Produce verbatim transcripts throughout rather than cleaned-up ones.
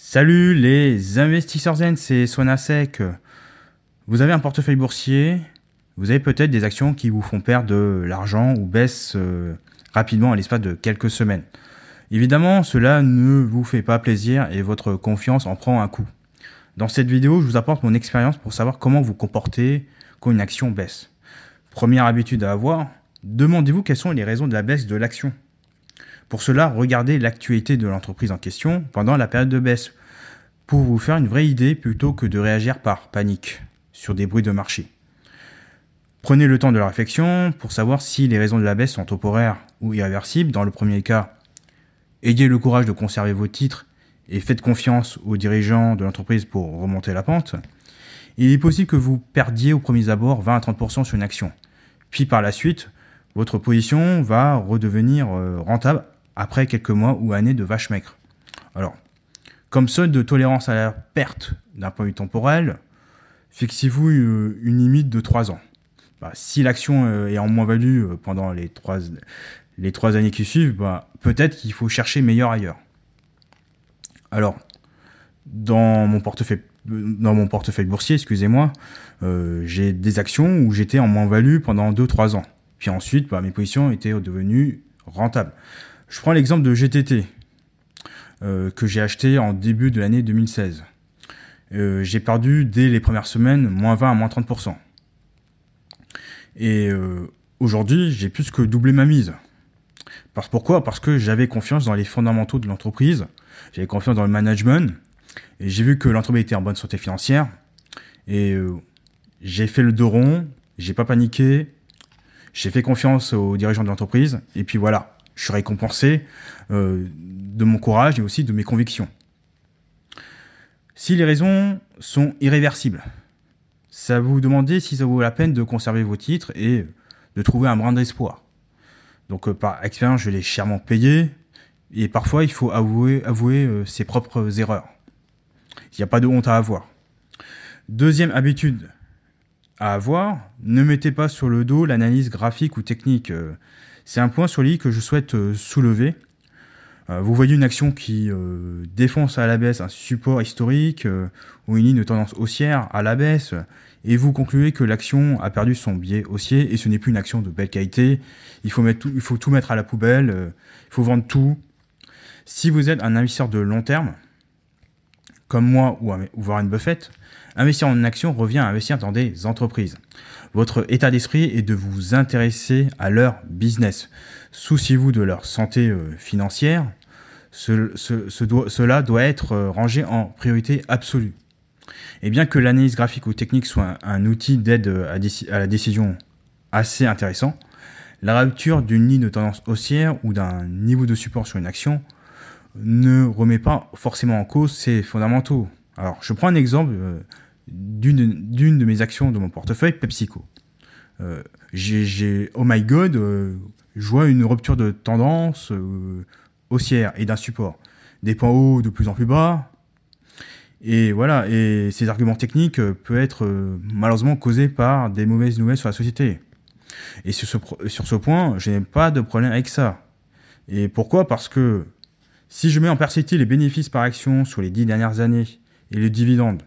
Salut les investisseurs zen, c'est Swanasek. Vous avez un portefeuille boursier, vous avez peut-être des actions qui vous font perdre de l'argent ou baissent euh, rapidement à l'espace de quelques semaines. Évidemment, cela ne vous fait pas plaisir et votre confiance en prend un coup. Dans cette vidéo, je vous apporte mon expérience pour savoir comment vous comporter quand une action baisse. Première habitude à avoir, demandez-vous quelles sont les raisons de la baisse de l'action. Pour cela, regardez l'actualité de l'entreprise en question pendant la période de baisse pour vous faire une vraie idée plutôt que de réagir par panique sur des bruits de marché. Prenez le temps de la réflexion pour savoir si les raisons de la baisse sont temporaires ou irréversibles. Dans le premier cas, ayez le courage de conserver vos titres et faites confiance aux dirigeants de l'entreprise pour remonter la pente. Il est possible que vous perdiez au premier abord vingt à trente pour cent sur une action. Puis par la suite, votre position va redevenir rentable après quelques mois ou années de vache maigre. Alors, comme seuil de tolérance à la perte d'un point de vue temporel, fixez-vous une, une limite de trois ans. Bah, si l'action est en moins-value pendant les trois, les trois années qui suivent, bah, peut-être qu'il faut chercher meilleur ailleurs. Alors, dans mon portefeuille, dans mon portefeuille boursier, excusez-moi, euh, j'ai des actions où j'étais en moins-value pendant deux à trois ans. Puis ensuite, bah, mes positions étaient devenues rentables. Je prends l'exemple de G T T, euh, que j'ai acheté en début de l'année deux mille seize. Euh, j'ai perdu dès les premières semaines moins vingt à moins trente pour cent. Et euh, aujourd'hui, j'ai plus que doublé ma mise. Parce, pourquoi ? Parce que j'avais confiance dans les fondamentaux de l'entreprise, j'avais confiance dans le management, et j'ai vu que l'entreprise était en bonne santé financière, et euh, j'ai fait le dos rond, j'ai pas paniqué, j'ai fait confiance aux dirigeants de l'entreprise, et puis voilà, je suis récompensé euh, de mon courage et aussi de mes convictions. Si les raisons sont irréversibles, ça vous demandez si ça vaut la peine de conserver vos titres et de trouver un brin d'espoir. Donc euh, par expérience, je l'ai chèrement payé, et parfois il faut avouer, avouer euh, ses propres erreurs. Il n'y a pas de honte à avoir. Deuxième habitude à avoir, ne mettez pas sur le dos l'analyse graphique ou technique. C'est un point sur lui que je souhaite soulever. Vous voyez une action qui euh, défonce à la baisse un support historique euh, ou une ligne de tendance haussière à la baisse, et vous concluez que l'action a perdu son biais haussier et ce n'est plus une action de belle qualité. Il faut, mettre tout, il faut tout mettre à la poubelle, euh, il faut vendre tout. Si vous êtes un investisseur de long terme, comme moi ou, ou Warren Buffett, investir en action revient à investir dans des entreprises. Votre état d'esprit est de vous intéresser à leur business. Souciez-vous de leur santé euh, financière. Ce, ce, ce doit, cela doit être euh, rangé en priorité absolue. Et bien que l'analyse graphique ou technique soit un, un outil d'aide à, à la décision assez intéressant, la rupture d'une ligne de tendance haussière ou d'un niveau de support sur une action ne remet pas forcément en cause ses fondamentaux. Alors, je prends un exemple euh, d'une, d'une de mes actions de mon portefeuille, PepsiCo. Euh, j'ai, j'ai, oh my god, euh, je vois une rupture de tendance euh, haussière et d'un support. Des points hauts de plus en plus bas. Et voilà, et ces arguments techniques euh, peuvent être euh, malheureusement causés par des mauvaises nouvelles sur la société. Et sur ce, sur ce point, je n'ai pas de problème avec ça. Et pourquoi ? Parce que si je mets en perspective les bénéfices par action sur les dix dernières années et les dividendes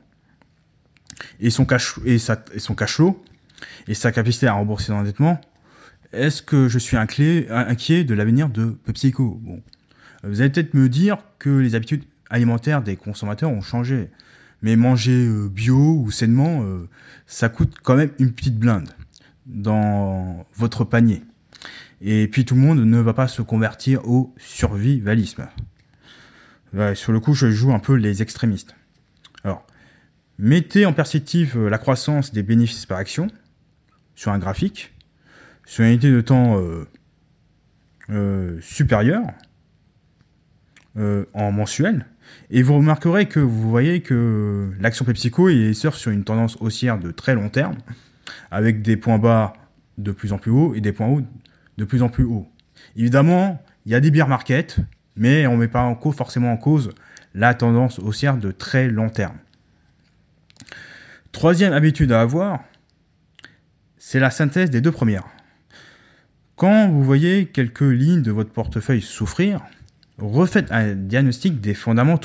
et son cash, et sa, et son cash flow et sa capacité à rembourser son endettement, est-ce que je suis inquiet, inquiet de l'avenir de PepsiCo ? Bon. Vous allez peut-être me dire que les habitudes alimentaires des consommateurs ont changé. Mais manger bio ou sainement, euh, ça coûte quand même une petite blinde dans votre panier. Et puis tout le monde ne va pas se convertir au survivalisme. Ouais, sur le coup, je joue un peu les extrémistes. Alors, mettez en perspective la croissance des bénéfices par action sur un graphique, sur une unité de temps euh, euh, supérieure, euh, en mensuel, et vous remarquerez que vous voyez que l'action PepsiCo est surfe sur une tendance haussière de très long terme, avec des points bas de plus en plus hauts et des points hauts de plus en plus hauts. Évidemment, il y a des bear markets, mais on ne met pas en cause, forcément en cause la tendance haussière de très long terme. Troisième habitude à avoir, c'est la synthèse des deux premières. Quand vous voyez quelques lignes de votre portefeuille souffrir, refaites un diagnostic des fondamentaux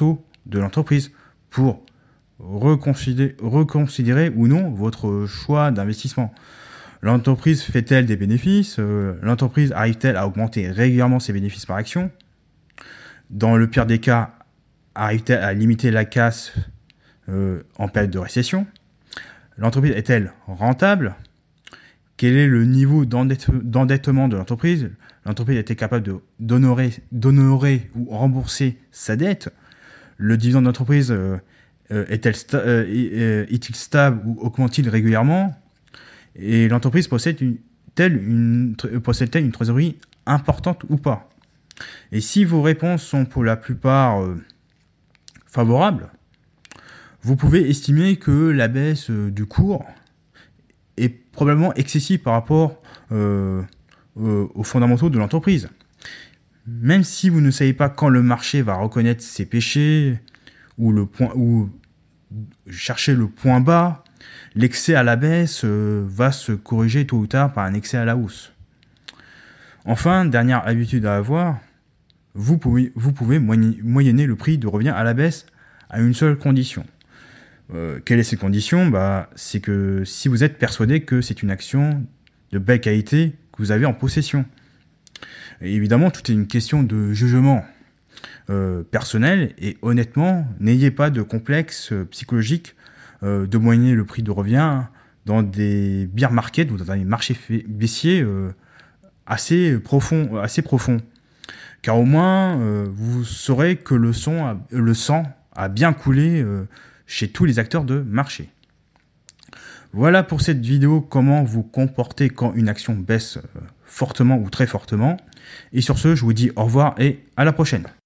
de l'entreprise pour reconsidérer, reconsidérer ou non votre choix d'investissement. L'entreprise fait-elle des bénéfices ? euh, L'entreprise arrive-t-elle à augmenter régulièrement ses bénéfices par action ? Dans le pire des cas, arrive-t-elle à limiter la casse euh, en période de récession ? L'entreprise est-elle rentable ? Quel est le niveau d'endette- d'endettement de l'entreprise ? L'entreprise est-elle capable de, d'honorer, d'honorer ou rembourser sa dette ? Le dividende de l'entreprise euh, euh, est-elle sta- euh, est-il stable ou augmente-t-il régulièrement ? Et l'entreprise possède-t-elle une, possède-t-elle une trésorerie importante ou pas ? Et si vos réponses sont pour la plupart euh, favorables, vous pouvez estimer que la baisse euh, du cours est probablement excessive par rapport euh, euh, aux fondamentaux de l'entreprise. Même si vous ne savez pas quand le marché va reconnaître ses péchés ou, le point, ou chercher le point bas, l'excès à la baisse euh, va se corriger tôt ou tard par un excès à la hausse. Enfin, dernière habitude à avoir, vous pouvez, vous pouvez moyenner le prix de revient à la baisse à une seule condition. Euh, quelle est cette condition ? Bah, c'est que si vous êtes persuadé que c'est une action de belle qualité que vous avez en possession. Et évidemment, tout est une question de jugement euh, personnel et honnêtement, n'ayez pas de complexe euh, psychologique euh, de moyenner le prix de revient dans des bear markets ou dans des marchés baissiers euh, assez profonds, assez profonds. Car au moins, euh, vous saurez que le, son a, le sang a bien coulé euh, chez tous les acteurs de marché. Voilà pour cette vidéo, comment vous comporter quand une action baisse euh, fortement ou très fortement. Et sur ce, je vous dis au revoir et à la prochaine.